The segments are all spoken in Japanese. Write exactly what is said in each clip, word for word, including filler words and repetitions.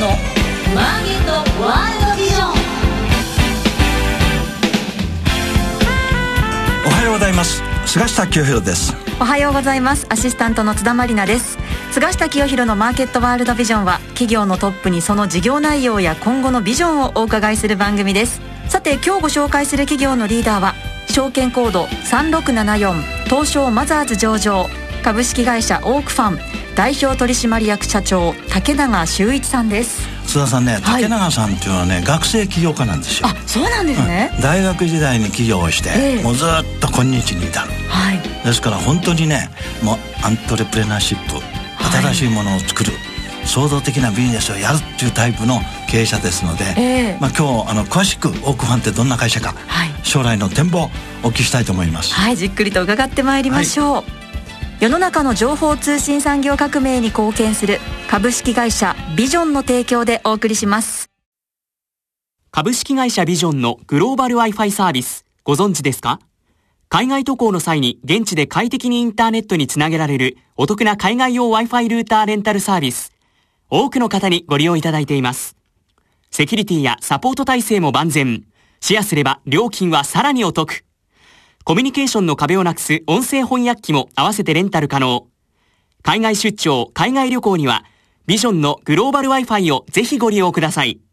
のマーケットワールドビジョン。 おはようございます。菅下清弘です。 おはようございます。アシスタントの津田まりなです。菅下清弘のマーケットワールドビジョンは、企業のトップにその事業内容や今後のビジョンをお伺いする番組です。さて、今日ご紹介する企業のリーダーは、証券コードさんろくななよん東証マザーズ上場株式会社オークファン代表取締役社長竹永修一さんです。 津田さんね、 はい、 竹永さんっていうのはね、学生起業家なんですよ。 あ、そうなんですね、 うん、大学時代に起業をして、えー、もうずっと今日に至る、はい、ですから本当にね、もうアントレプレナーシップ、新しいものを作る、はい、創造的なビジネスをやるっていうタイプの経営者ですので、えーまあ、今日あの詳しくオークファンってどんな会社か、はい、将来の展望お聞きしたいと思います。 はい、じっくりと伺ってまいりましょう、はい。世の中の情報通信産業革命に貢献する株式会社ビジョンの提供でお送りします。 株式会社ビジョンのグローバル Wi-Fi サービス、ご存知ですか？海外渡航の際に現地で快適にインターネットにつなげられるお得な海外用 Wi-Fi ルーターレンタルサービス、多くの方にご利用いただいています。セキュリティやサポート体制も万全、シェアすれば料金はさらにお得。コミュニケーションの壁をなくす音声翻訳機も合わせてレンタル可能。海外出張、海外旅行にはビジョンのグローバル Wi-Fi をぜひご利用ください。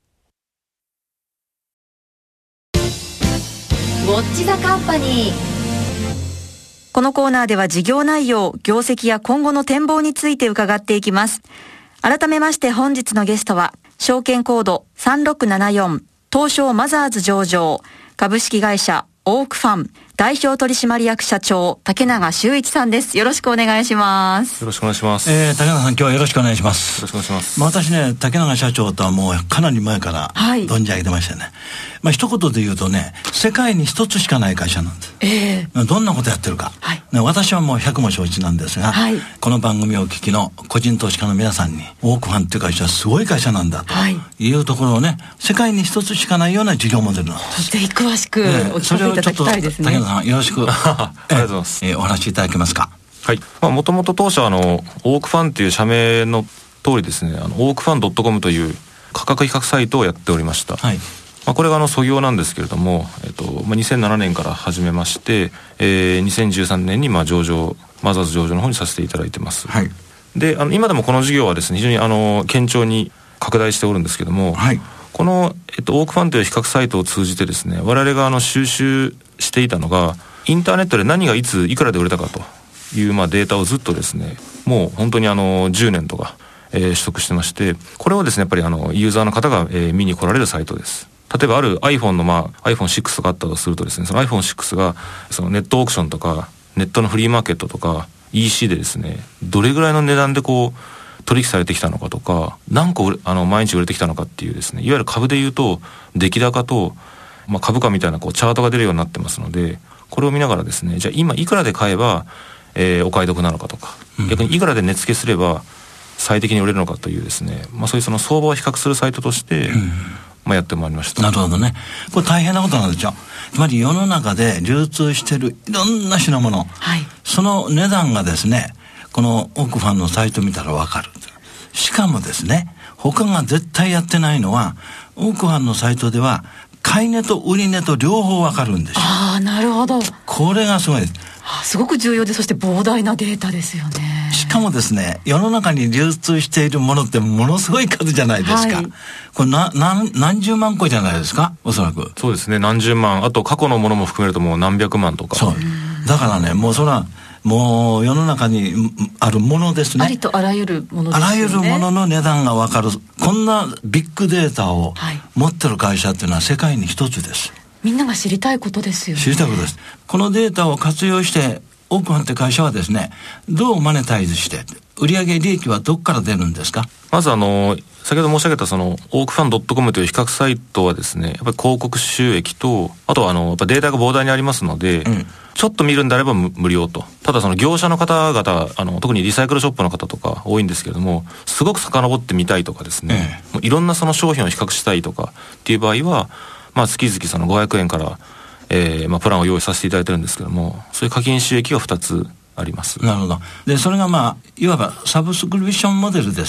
ウォッチザカンパニー。 このコーナーでは事業内容、業績や今後の展望について伺っていきます。改めまして本日のゲストは、証券コードさんろくななよん東証マザーズ上場株式会社オークファン代表取締役社長竹永修一さんです。よろしくお願いします。 よろしくお願いします。 えー、竹永さん、今日はよろしくお願いします。 よろしくお願いします。 まあ、私ね、竹永社長とはもうかなり前から存じ上げてましたね、はい。まあ、一言で言うとね、世界に一つしかない会社なんです。えー、どんなことやってるか、はい、ね、私はもう百も承知なんですが、はい、この番組をお聞きの個人投資家の皆さんに、オークファンっていう会社はすごい会社なんだというところをね、世界に一つしかないような事業モデルなんです。 ぜひ詳しくお聞かせいただきたいですね。 竹永さん、よろしくありがとうございます。 えー、お話しいただけますか？ はい。まあ、もともと当社あのオークファンという社名の通りですね、あのオークファン .com という価格比較サイトをやっておりました。はい。まあ、これがあの創業なんですけれども、えっとまあ、にせんななねんから始めまして、えー、にせんじゅうさんねんにまあ上場マザーズ上場の方にさせていただいてます。はい。で、あの今でもこの事業はですね、非常にあの堅調に拡大しておるんですけども、はい。この、えっと、オークファンという比較サイトを通じてですね、我々があの収集していたのが、インターネットで何がいついくらで売れたかというまあデータをずっとですね、もう本当にあのじゅうねんとか、えー、取得してまして、これをですねやっぱりあのユーザーの方が、えー、見に来られるサイトです。例えばある iPhone のまあ アイフォンシックス とかあったとするとですね、その アイフォンシックス がそのネットオークションとかネットのフリーマーケットとか イーシー でですね、どれぐらいの値段でこう取引されてきたのかとか、何個あの毎日売れてきたのかっていうですね、いわゆる株でいうと出来高と、まあ、株価みたいなこうチャートが出るようになってますので、これを見ながらですね、じゃあ今いくらで買えば、えー、お買い得なのかとか、うん、逆にいくらで値付けすれば最適に売れるのかというですね、まあ、そういうその相場を比較するサイトとして、うん、まあ、やってまいりました。 なるほどね。これ大変なことなんですよ。つまり世の中で流通しているいろんな品物、はい、その値段がですね、このオークファンのサイト見たら分かる。しかもですね、他が絶対やってないのは、オークファンのサイトでは買い値と売り値と両方分かるんですよ。 ああ、なるほど。 これがすごいです。 すごく重要で、そして膨大なデータですよね。 しかもですね、世の中に流通しているものってものすごい数じゃないですか、はい、これな何何十万個じゃないですか、おそらく。 そうですね、何十万、あと過去のものも含めるともう何百万とか。 そうだからね、もうそれはもう世の中にあるものですね、 ありとあらゆるものですよね。 あらゆるものの値段が分かる、こんなビッグデータを持ってる会社っていうのは世界に一つです。 みんなが知りたいことですよね。 知りたいことです。このデータを活用してオークファンって会社はですね、どうマネタイズして売上利益はどこから出るんですか？ まずあの先ほど申し上げたそのオークファン .com という比較サイトはですね、やっぱり広告収益と、あとはあのやっぱデータが膨大にありますので、うん、ちょっと見るんであれば無料と。ただその業者の方々、あの特にリサイクルショップの方とか多いんですけれども、すごく遡ってみたいとかですね、うん、もういろんなその商品を比較したいとかっていう場合は、まあ、月々そのごひゃくえんから、えーまあ、プランを用意させていただいてるんですけども、そういう課金収益がふたつあります。 なるほど。でそれがまあいわばサブスクリプションモデルですね。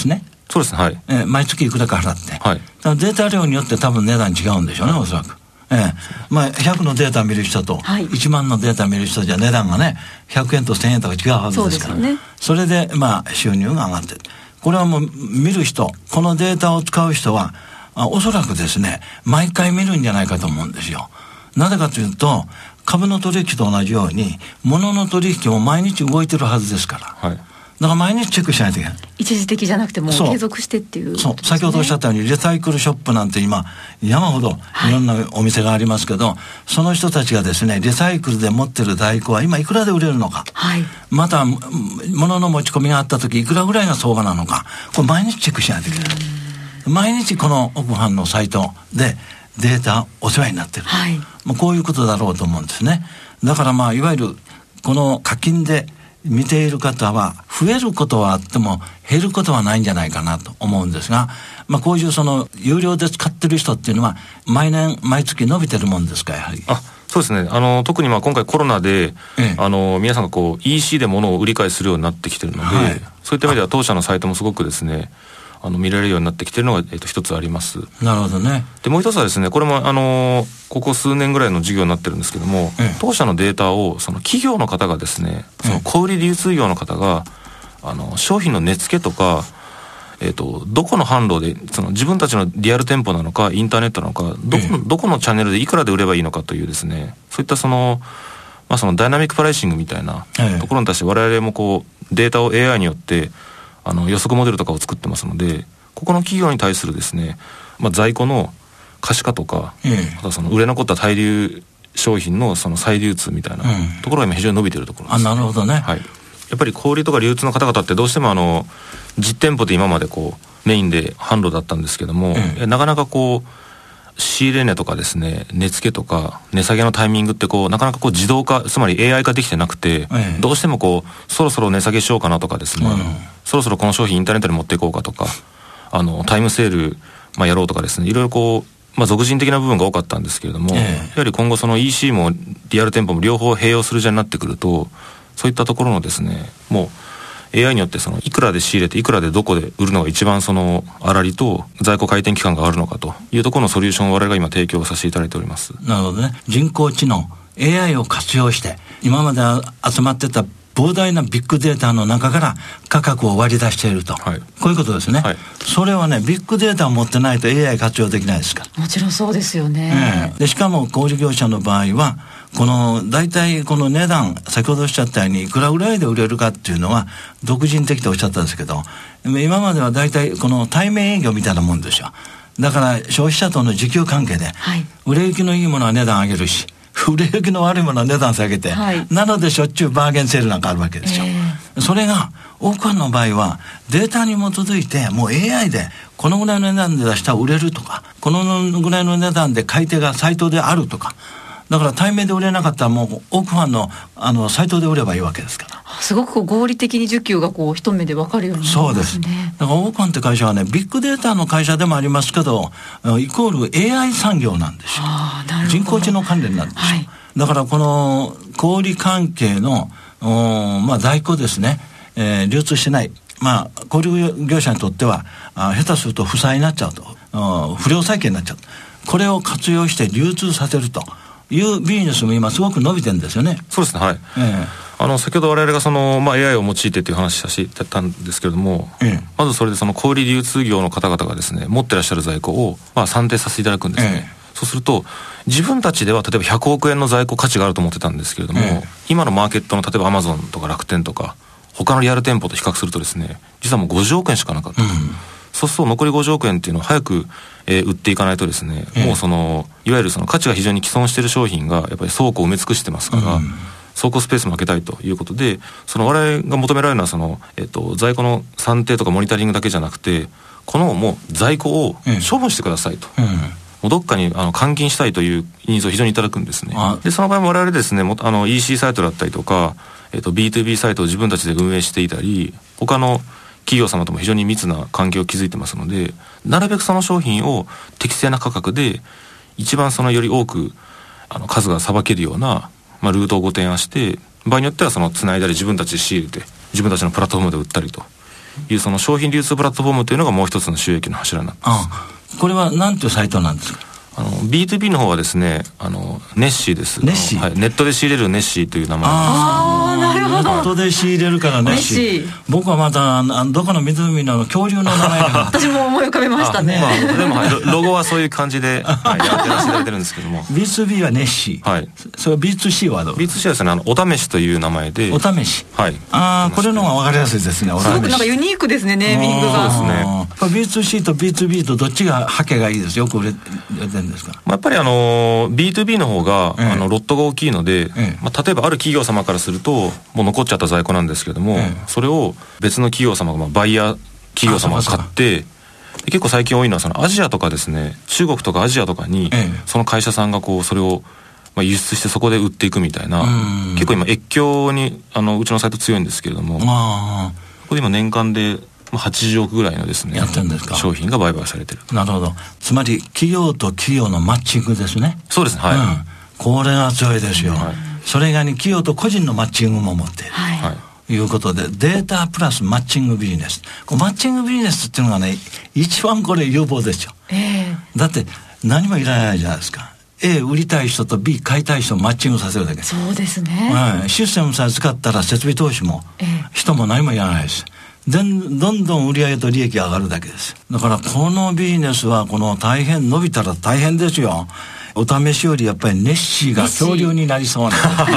そうですね、はい。 えー、毎月いくらか払って。 はい。 だデータ量によって多分値段違うんでしょうね、おそらく。ええ、まあ、ひゃくのデータ見る人といちまんのデータ見る人じゃ値段がねひゃくえんとせんえんとか違うはずですから、 そうですよね。それでまあ収入が上がってる。これはもう見る人、このデータを使う人はあおそらくですね毎回見るんじゃないかと思うんですよ。なぜかというと株の取引と同じように物の取引も毎日動いてるはずですから、はい、だから毎日チェックしないといけない。 一時的じゃなくてもう継続してっていう、 そう、先ほどおっしゃったようにリサイクルショップなんて今山ほどいろんなお店がありますけど、はい、その人たちがですねリサイクルで持ってる在庫は今いくらで売れるのか、はい、また物の持ち込みがあった時いくらぐらいが相場なのか、これ毎日チェックしないといけない。毎日この奥藩のサイトでデータお世話になってる、はい、もうこういうことだろうと思うんですね。だからまあいわゆるこの課金で見ている方は増えることはあっても減ることはないんじゃないかなと思うんですが、まあ、こういうその有料で使ってる人っていうのは毎年毎月伸びてるもんですか、やはり。 あ、そうですね。あの特にまあ今回コロナで、ええ、あの皆さんがこう イーシー で物を売り買いするようになってきてるので、はい、そういった意味では当社のサイトもすごくですねあの見られるようになってきているのが、えっと、一つあります。 なるほどね。 でもう一つはですね、これもあのここ数年ぐらいの事業になってるんですけども、ええ、当社のデータをその企業の方がですね、その小売流通業の方が、ええ、あの商品の値付けとか、えっと、どこの販路でその自分たちのリアル店舗なのかインターネットなのかどこの、ええ、どこのチャンネルでいくらで売ればいいのかというですね、そういったその、まあ、そのダイナミックプライシングみたいなところに対して我々もこうデータを エーアイ によってあの予測モデルとかを作ってますので、ここの企業に対するですね、まあ、在庫の可視化とか、ええ、あとはその売れ残った滞留商品のその再流通みたいなところが今非常に伸びているところです、 うん、あ、なるほどね、 はい、やっぱり小売とか流通の方々ってどうしてもあの実店舗で今までこうメインで販路だったんですけども、ええ、なかなかこう仕入れ値とかですね値付けとか値下げのタイミングってこうなかなかこう自動化つまり エーアイ 化できてなくて、ええ、どうしてもこうそろそろ値下げしようかなとかですね、うん、そろそろこの商品インターネットに持っていこうかとかあのタイムセール、まあ、やろうとかですね、いろいろこう、まあ、俗人的な部分が多かったんですけれども、ええ、やはり今後その イーシー もリアル店舗も両方併用する時代になってくるとそういったところのですねもう エーアイ によってそのいくらで仕入れていくらでどこで売るのが一番その粗利と在庫回転期間があるのかというところのソリューションを我々が今提供させていただいております。 なるほどね。人工知能 エーアイ を活用して今まで集まってた膨大なビッグデータの中から価格を割り出していると、はい、こういうことですね、はい、それはねビッグデータを持ってないと エーアイ 活用できないですから。 もちろんそうですよね、 えー、でしかも小売業者の場合はこの大体この値段先ほどおっしゃったようにいくらぐらいで売れるかっていうのは独人的とおっしゃったんですけど今までは大体この対面営業みたいなもんですよ。だから消費者との需給関係で、はい、売れ行きのいいものは値段上げるし売れ行きの悪いものは値段下げて、はい、なのでしょっちゅうバーゲンセールなんかあるわけですよ、えー、それがオークワンの場合はデータに基づいてもう エーアイ でこのぐらいの値段で出したら売れるとかこのぐらいの値段で買い手がサイトであるとかだから対面で売れなかったらもうオークファンのあのサイトで売ればいいわけですから。 すごくこう合理的に需給がこう一目で分かるようになりますね。 そうです。だからオークファンって会社はねビッグデータの会社でもありますけどイコール エーアイ 産業なんですよ。人工知能関連なんですよ、はい、だからこの小売関係のまあ在庫ですね、えー、流通してないまあ小売業者にとってはあ下手すると負債になっちゃうと不良債権になっちゃう。これを活用して流通させるというビジネスも今すごく伸びてるんですよね。 そうですね、はい、えー、あの先ほど我々がその、まあ、エーアイ を用いてという話をしてたんですけれども、えー、まずそれでその小売流通業の方々がですね持ってらっしゃる在庫を、まあ、算定させていただくんですね、えー、そうすると自分たちでは例えばひゃくおくえんの在庫価値があると思ってたんですけれども、えー、今のマーケットの例えばアマゾンとか楽天とか他のリアル店舗と比較するとですね実はもうごじゅうおくえんしかなかったと、うん、そうすると残りごじゅうおくえんっていうのを早く、えー、売っていかないとですね、えー、もうそのいわゆるその価値が非常に既存している商品がやっぱり倉庫を埋め尽くしてますから、うん、倉庫スペースも空けたいということでその我々が求められるのはその、えー、と在庫の算定とかモニタリングだけじゃなくてこのもう在庫を処分してくださいと、うんうん、もうどっかにあの換金したいというニーズを非常にいただくんですね。でその場合も我々ですねもあの イーシー サイトだったりとか、えー、と ビーツービー サイトを自分たちで運営していたり他の企業様とも非常に密な関係を築いてますのでなるべくその商品を適正な価格で一番そのより多くあの数がさばけるような、まあ、ルートをご提案して場合によってはそのつないだり自分たちで仕入れて自分たちのプラットフォームで売ったりというその商品流通プラットフォームというのがもう一つの収益の柱になってます。 ああ、これは何ていうサイトなんですか？ あの ビーツービー の方はですね、あのネッシーです。 ネッシー、 はい、ネットで仕入れるネッシーという名前です。 ああ、なるほど。 ネットで仕入れるからネッシー。僕はまたどこの湖の恐竜の名前が私も思い浮かべましたね。 まあ、でも、はい、ロゴはそういう感じで、はい、やってらせてるんですけどもビーツービー はネッシー、 はい、 それ ビーツーシー はどう？ ビーツーシー はですね、あのお試しという名前で。 お試し、 はい、 ああ、これの方が分かりやすいですね。 すごくなんかユニークですね、ネーミングが。 そうですね。 ビーツーシー と ビーツービー とどっちがハケがいいです？よく売れてるんですか？ まあ、やっぱりあの ビーツービー の方が、ええ、あのロットが大きいので、ええ、まあ、例えばある企業様からするともう残っちゃった在庫なんですけども、ええ、それを別の企業様が、まあ、バイヤー企業様が買って、結構最近多いのはそのアジアとかですね、中国とかアジアとかに、ええ、その会社さんがこうそれをまあ輸出してそこで売っていくみたいな、結構今越境にあのうちのサイト強いんですけれども、あ、これ今年間ではちじゅうおくぐらいのですね、 やってるんですか？ 商品が売買されてる。 なるほど。つまり企業と企業のマッチングですね。 そうですね、はい、うん、 これが強いですよ、はい、それ以外に企業と個人のマッチングも持っている、はい、いうことで、データプラスマッチングビジネス、こうマッチングビジネスっていうのがね、一番これ有望ですよ、えー、だって何もいらないじゃないですか。 A 売りたい人と B 買いたい人をマッチングさせるだけ。 そうですね、 はい、システムさえ使ったら設備投資も、えー、人も何もいらないです。でんどんどん売上と利益が上がるだけです。だからこのビジネスはこの大変伸びたら大変ですよ。お試しよりやっぱりネッシーが恐竜になりそうな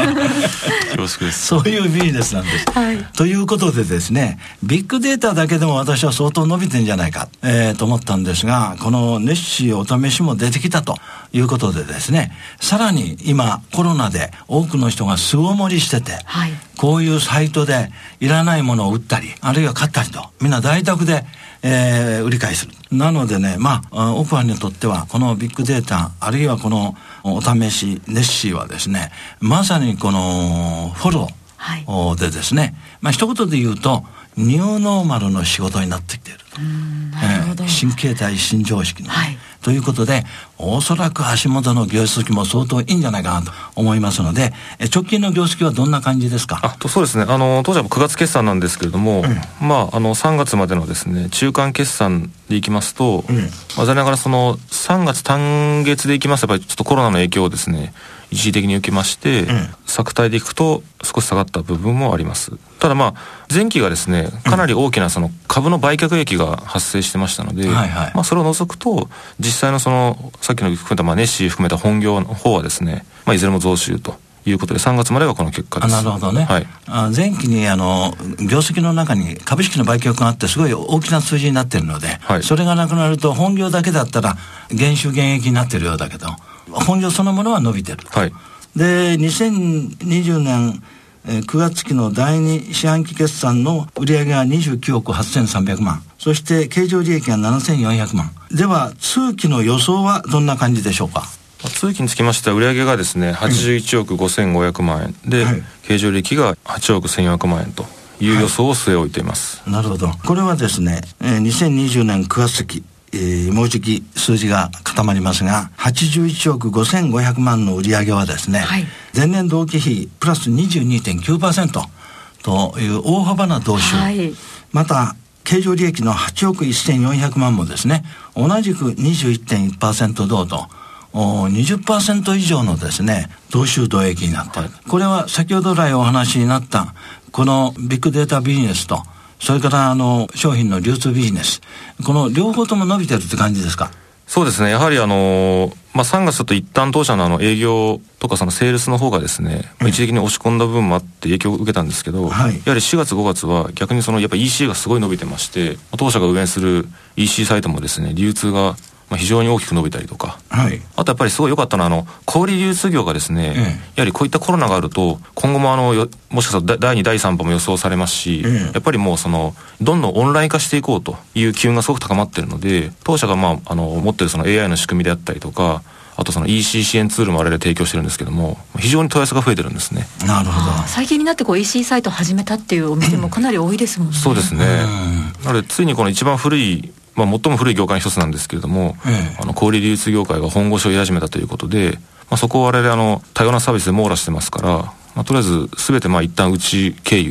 そういうビジネスなんです、はい、ということでですね、ビッグデータだけでも私は相当伸びてんじゃないか、えー、と思ったんですが、このネッシーお試しも出てきたということでですね、さらに今コロナで多くの人が巣ごもりしてて、はい、こういうサイトでいらないものを売ったりあるいは買ったりと、みんな在宅でえー、売り買いする。なのでね、まあオクファンにとってはこのビッグデータあるいはこのお試しネッシーはですね、まさにこのフォローでですね、はい、まあ一言で言うとニューノーマルの仕事になってきていると。なるほど、えー、新形態新常識の、はい、ということでおそらく足元の業績も相当いいんじゃないかなと思いますので、え直近の業績はどんな感じですか？ あとそうですね、あの当時はくがつ決算なんですけれども、うん、まああのさんがつまでのですね中間決算でいきますと、うん、まあ、残念ながらそのさんがつ単月でいきますとやっぱりちょっとコロナの影響をですね一時的に受けまして、うん、昨対でいくと少し下がった部分もあります。ただまあ前期がですねかなり大きなその株の売却益が発生してましたので、うん、はいはい、まあ、それを除くと実際のそのさっきの含めたまあネッシー含めた本業の方はですね、まあ、いずれも増収ということでさんがつまではこの結果です。 あ、なるほどね、はい、あ前期にあの業績の中に株式の売却があってすごい大きな数字になっているので、はい、それがなくなると本業だけだったら減収減益になっているようだけど本業そのものは伸びてる、はい、でにせんにじゅうねんくがつ期のだいに四半期決算の売上がにじゅうきゅうおくはっせんさんびゃくまん、そして経常利益がななせんよんひゃくまんでは通期の予想はどんな感じでしょうか？ 通期につきましては売上がですねはちじゅういちおくごせんごひゃくまんえんで、はい、経常利益がはちおくせんよんひゃくまんえんという予想を据え置いています、 はい、なるほど。これはですね、えー、にせんにじゅうねんくがつ期、えー、もうじき数字が固まりますがはちじゅういちおくごせんごひゃくまんの売上はですね、はい、前年同期比プラス にじゅうにてんきゅうパーセント という大幅な増収、はい、また経常利益のはちおくせんよんひゃくまんもですね同じく にじゅういってんいちパーセント 増とにじゅっパーセント 以上のですね同収同益になっている、はい、これは先ほど来お話になったこのビッグデータビジネスとそれからあの商品の流通ビジネス、この両方とも伸びてるって感じですか？ そうですね、やはりあの、まあ、さんがつちょっと一旦当社のあの営業とかそのセールスの方がですね、うん、一時的に押し込んだ部分もあって影響を受けたんですけど、はい、やはりしがつごがつは逆にそのやっぱ イーシー がすごい伸びてまして、当社が運営する イーシー サイトもですね流通がまあ非常に大きく伸びたりとか、はい、あとやっぱりすごい良かったのはあの小売流通業がですね、ええ、やはりこういったコロナがあると今後もあのよもしかしたらだいにだいさんぼも予想されますし、ええ、やっぱりもうそのどんどんオンライン化していこうという機運がすごく高まっているので、当社がまああの持っているその エーアイ の仕組みであったりとか、あとその イーシー 支援ツールも我々提供してるんですけども、非常に問い合わせが増えてるんですね。 なるほど。 最近になってこう イーシー サイト始めたっていうお店もかなり多いですもんね。 そうですね。なのでついにこの一番古いまあ、最も古い業界の一つなんですけれども、ええ、あの小売流通業界が本腰を入れ始めたということで、まあ、そこを我々あの多様なサービスで網羅してますから、まあ、とりあえず全てまあ一旦うち経由で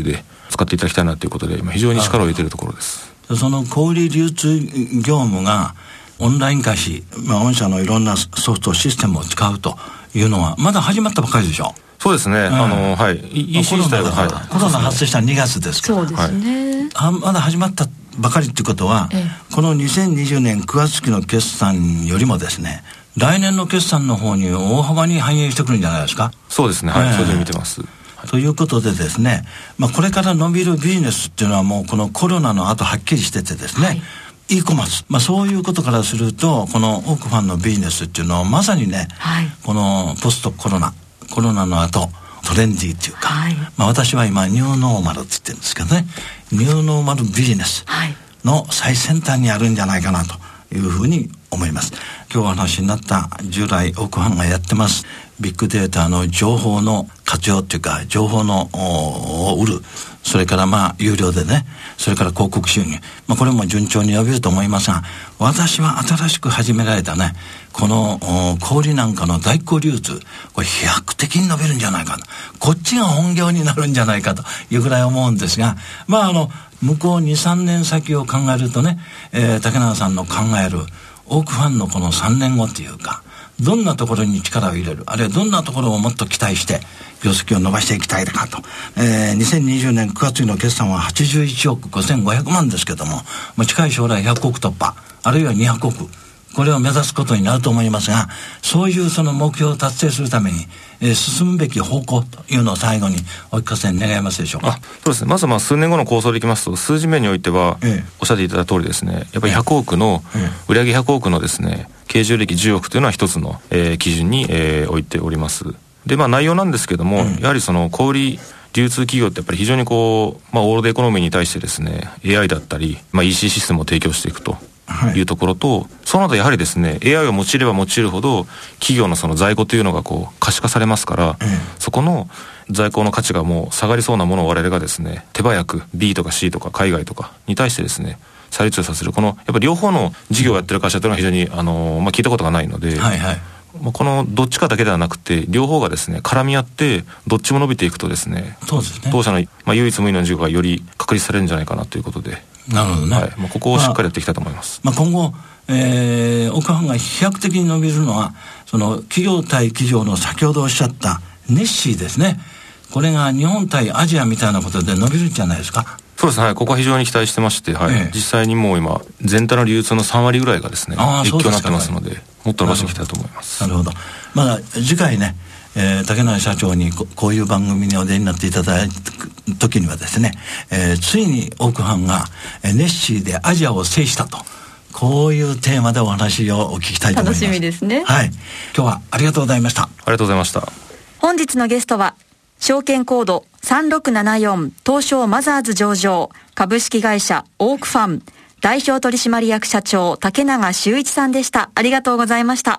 使っていただきたいなということで今非常に力を入れているところです。 その小売流通業務がオンライン化し、まあ、御社のいろんなソフトシステムを使うというのはまだ始まったばかりでしょ。 そうですね、うん、あのはい イーシー 自体は、はい、 コロナ発生したにがつですから、 そうですね、 はい、まだ始まったばかりということは、ええ、このにせんにじゅうねんくがつ期の決算よりもですね、来年の決算の方に大幅に反映してくるんじゃないですか。 そうですね、はい、えー、そういうふうに見てます。 ということでですね、まあ、これから伸びるビジネスっていうのはもうこのコロナの後はっきりしててですね、はい、e コマース、まあ、そういうことからするとこのオークファンのビジネスっていうのはまさにね、はい、このポストコロナコロナの後トレンディーっていうか、はい、まあ、私は今ニューノーマルって言ってるんですけどね、ニューノーマルビジネスの最先端にあるんじゃないかなというふうに思います。今日お話になった従来オークファンがやってますビッグデータの情報の活用っていうか情報のを売る、それからまあ有料でね、それから広告収入、まあ、これも順調に伸びると思いますが、私は新しく始められたねこの小売なんかの代行流通、これ飛躍的に伸びるんじゃないかと、こっちが本業になるんじゃないかというぐらい思うんですが、まああの向こう にさんねん先を考えるとね、えー、竹永さんの考えるオークファンのこのさんねんごっていうか、どんなところに力を入れる、あるいはどんなところをもっと期待して業績を伸ばしていきたいかと、えー、にせんにじゅうねんくがつ期の決算ははちじゅういちおくごせんごひゃくまんですけども、もう近い将来ひゃくおく突破、あるいはにひゃくおく、これを目指すことになると思いますが、そういうその目標を達成するために、えー、進むべき方向というのを最後にお聞かせ願えますでしょうか。 あ、そうですね、まずまあ数年後の構想でいきますと、数字面においては、ええ、おっしゃっていただいた通りですね、やっぱりひゃくおくの、ええ、売上ひゃくおくのですね経常利益じゅうおくというのは一つの、えー、基準に、えー、置いております。で、まあ内容なんですけども、うん、やはりその小売流通企業ってやっぱり非常にこう、まあ、オールドエコノミーに対してですね エーアイ だったり、まあ、イーシー システムを提供していくというところと、はい、その後やはりですね エーアイ を用いれば用いるほど企業のその在庫というのがこう可視化されますから、うん、そこの在庫の価値がもう下がりそうなものを我々がですね手早く ビー とか シー とか海外とかに対してですね再流通させる、このやっぱり両方の事業をやってる会社というのは非常にあの、まあ、聞いたことがないので、はいはい、このどっちかだけではなくて両方がですね絡み合ってどっちも伸びていくとですね、そうですね、当社の、まあ、唯一無二の事業がより確立されるんじゃないかなということで、 なるほどね、 はい、まあ、ここをしっかりやっていきたいと思います。 まあまあ、今後、えー、オークファンが飛躍的に伸びるのはその企業対企業の先ほどおっしゃったネッシーですね。これが日本対アジアみたいなことで伸びるんじゃないですか。 そうですね、はい、ここは非常に期待してまして、はい、ええ、実際にもう今全体の流通のさんわりぐらいがですね越境になってますので、もっと伸ばしていきたいと思います。 なるほど。まだ次回ね、えー、竹内社長に こ, こういう番組にお出になっていただいた時にはですね、えー、ついにオークファンがネッシーでアジアを制したと、こういうテーマでお話をお聞きたいと思います。 楽しみですね。 はい、今日はありがとうございました。 ありがとうございました。 本日のゲストは証券コードさんろくななよん東証マザーズ上場株式会社オークファン代表取締役社長竹永修一さんでした。ありがとうございました。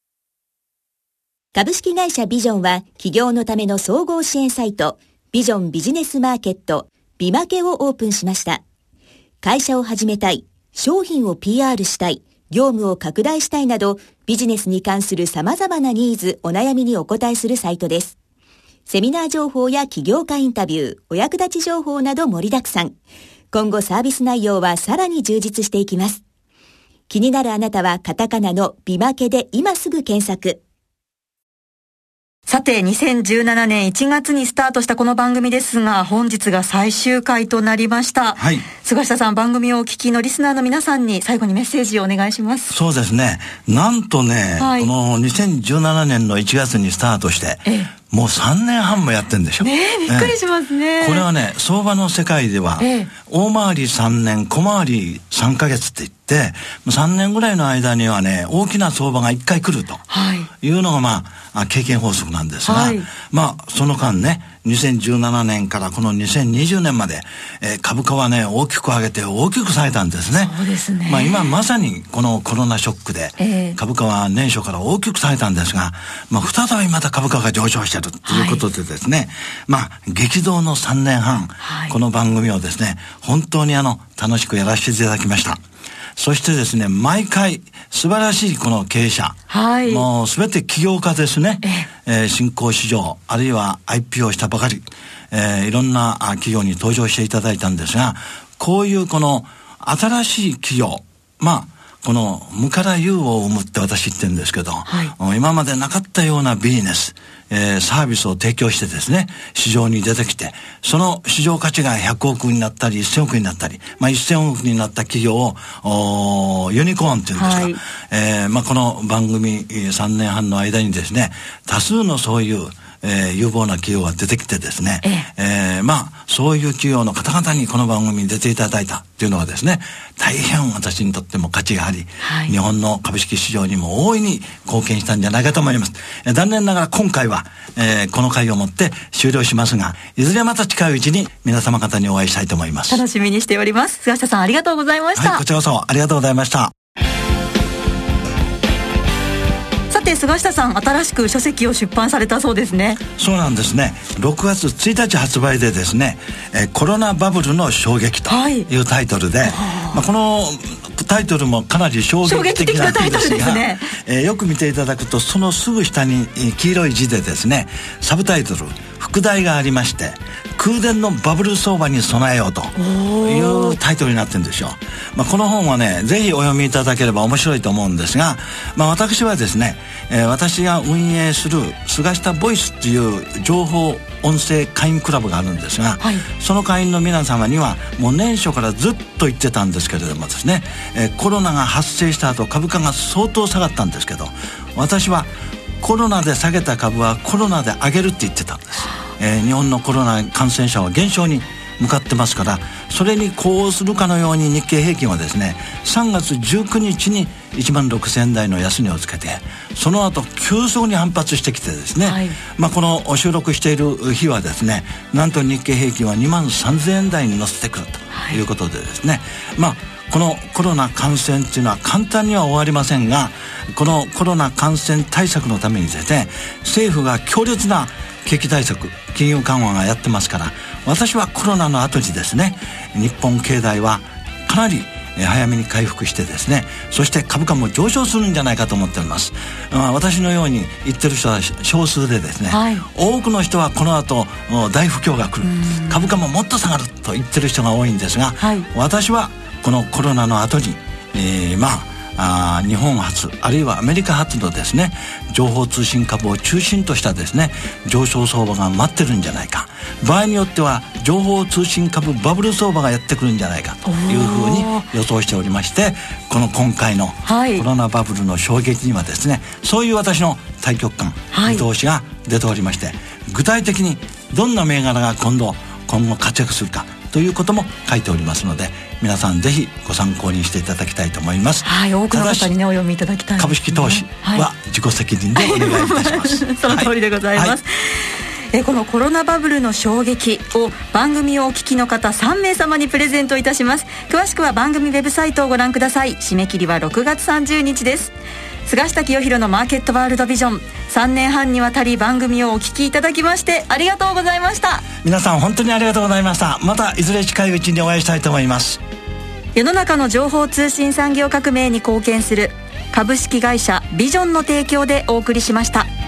株式会社ビジョンは企業のための総合支援サイトビジョンビジネスマーケットビマケをオープンしました。会社を始めたい、商品を ピーアール したい、業務を拡大したいなどビジネスに関する様々なニーズ、お悩みにお答えするサイトです。セミナー情報や起業家インタビュー、お役立ち情報など盛りだくさん。今後サービス内容はさらに充実していきます。気になるあなたはカタカナのビマケで今すぐ検索。 さて、にせんじゅうななねんいちがつにスタートしたこの番組ですが、本日が最終回となりました。はい。菅下さん、番組をお聞きのリスナーの皆さんに最後にメッセージをお願いします。 そうですね。なんとね、はい、このにせんじゅうななねんのいちがつにスタートして、ええ、もうさんねんはんもやってんでしょ。 ねえ、びっくりしますね。 これはね、相場の世界では、ええ、大回りさんねん、小回りさんかげつって言って、さんねんぐらいの間にはね、大きな相場がいっかい来るというのが、まあ、経験法則なんですが、はい、まあ、その間ね、にせんじゅうななねんからこのにせんにじゅうねんまで、えー、株価はね、大きく上げて大きく下げたんですね。 そうですね。 まあ、今まさにこのコロナショックで、えー、株価は年初から大きく下げたんですが、まあ、再びまた株価が上昇しているということでですね、はい、まあ、激動のさんねんはん、はい、この番組をですね、本当にあの、楽しくやらせていただきました。そしてですね、毎回素晴らしいこの経営者、はい、もうすべて起業家ですね。ええー、新興市場あるいは アイピーオー したばかり、えー、いろんな企業に登場していただいたんですが、こういうこの新しい企業、まあこの無から有を生むって私言ってるんですけど、はい、今までなかったようなビジネス、えー、サービスを提供してですね、市場に出てきて、その市場価値がひゃくおくになったりせんおくになったり、まあせんおくになった企業をユニコーンっていうんですか、はい、えー、まあこの番組さんねんはんの間にですね、多数のそういうえー、有望な企業が出てきてですね、えええー、まあそういう企業の方々にこの番組に出ていただいたっていうのはですね、大変私にとっても価値があり、はい、日本の株式市場にも大いに貢献したんじゃないかと思います。えー、残念ながら今回は、えー、この回をもって終了しますが、いずれまた近いうちに皆様方にお会いしたいと思います。 楽しみにしております。菅下さん、ありがとうございました。 はい、こちらこそありがとうございました。 さて菅下さん、新しく書籍を出版されたそうですね。 そうなんですね。ろくがつついたち発売でですね、えー、コロナバブルの衝撃というタイトルで、はい、まあ、このタイトルもかなり衝撃的なんですが、ね、えー、よく見ていただくとそのすぐ下に黄色い字でですね、サブタイトル副題がありまして、空前のバブル相場に備えようというタイトルになってるんですよ。まあ、この本はね、ぜひお読みいただければ面白いと思うんですが、まあ、私はですね、えー、私が運営する菅下ボイスっていう情報音声会員クラブがあるんですが、はい、その会員の皆様にはもう年初からずっと言ってたんですけれどもですね、えー、コロナが発生した後株価が相当下がったんですけど、私はコロナで下げた株はコロナで上げるって言ってたんです。えー、日本のコロナ感染者は減少に向かってますから、それに呼応するかのように日経平均はですね、さんがつじゅうくにちにいちまんろくせんだいの安値をつけて、その後急速に反発してきてですね、はい、まあ、この収録している日はですね、なんと日経平均はにまんさんぜんえんだいに乗せてくるということでですね、はい、まあこのコロナ感染っていうのは簡単には終わりませんが、このコロナ感染対策のためにですね、政府が強烈な景気対策、金融緩和がやってますから、私はコロナの後にですね、日本経済はかなり早めに回復してですね、そして株価も上昇するんじゃないかと思っております。まあ、私のように言ってる人は少数でですね、はい、多くの人はこの後大不況が来る、株価ももっと下がると言ってる人が多いんですが、はい、私はこのコロナの後に、えー、まああ日本発あるいはアメリカ発のですね、情報通信株を中心としたですね、上昇相場が待ってるんじゃないか、場合によっては情報通信株バブル相場がやってくるんじゃないかというふうに予想しておりまして、この今回のコロナバブルの衝撃にはですね、そういう私の大局観、見通しが出ておりまして、具体的にどんな銘柄が今度今後活躍するかということも書いておりますので、皆さんぜひご参考にしていただきたいと思います。 はい、多くの方にねお読みいただきたい、ね、 株式投資は自己責任でお願いいたします。 その通りでございます。はいはい、えこのコロナバブルの衝撃を番組をお聞きの方さんめいさまにプレゼントいたします。詳しくは番組ウェブサイトをご覧ください。締め切りはろくがつさんじゅうにちです。菅下清弘のマーケットワールドビジョン、さんねんはんにわたり番組をお聞きいただきましてありがとうございました。 皆さん本当にありがとうございました。またいずれ近いうちにお会いしたいと思います。 世の中の情報通信産業革命に貢献する株式会社ビジョンの提供でお送りしました。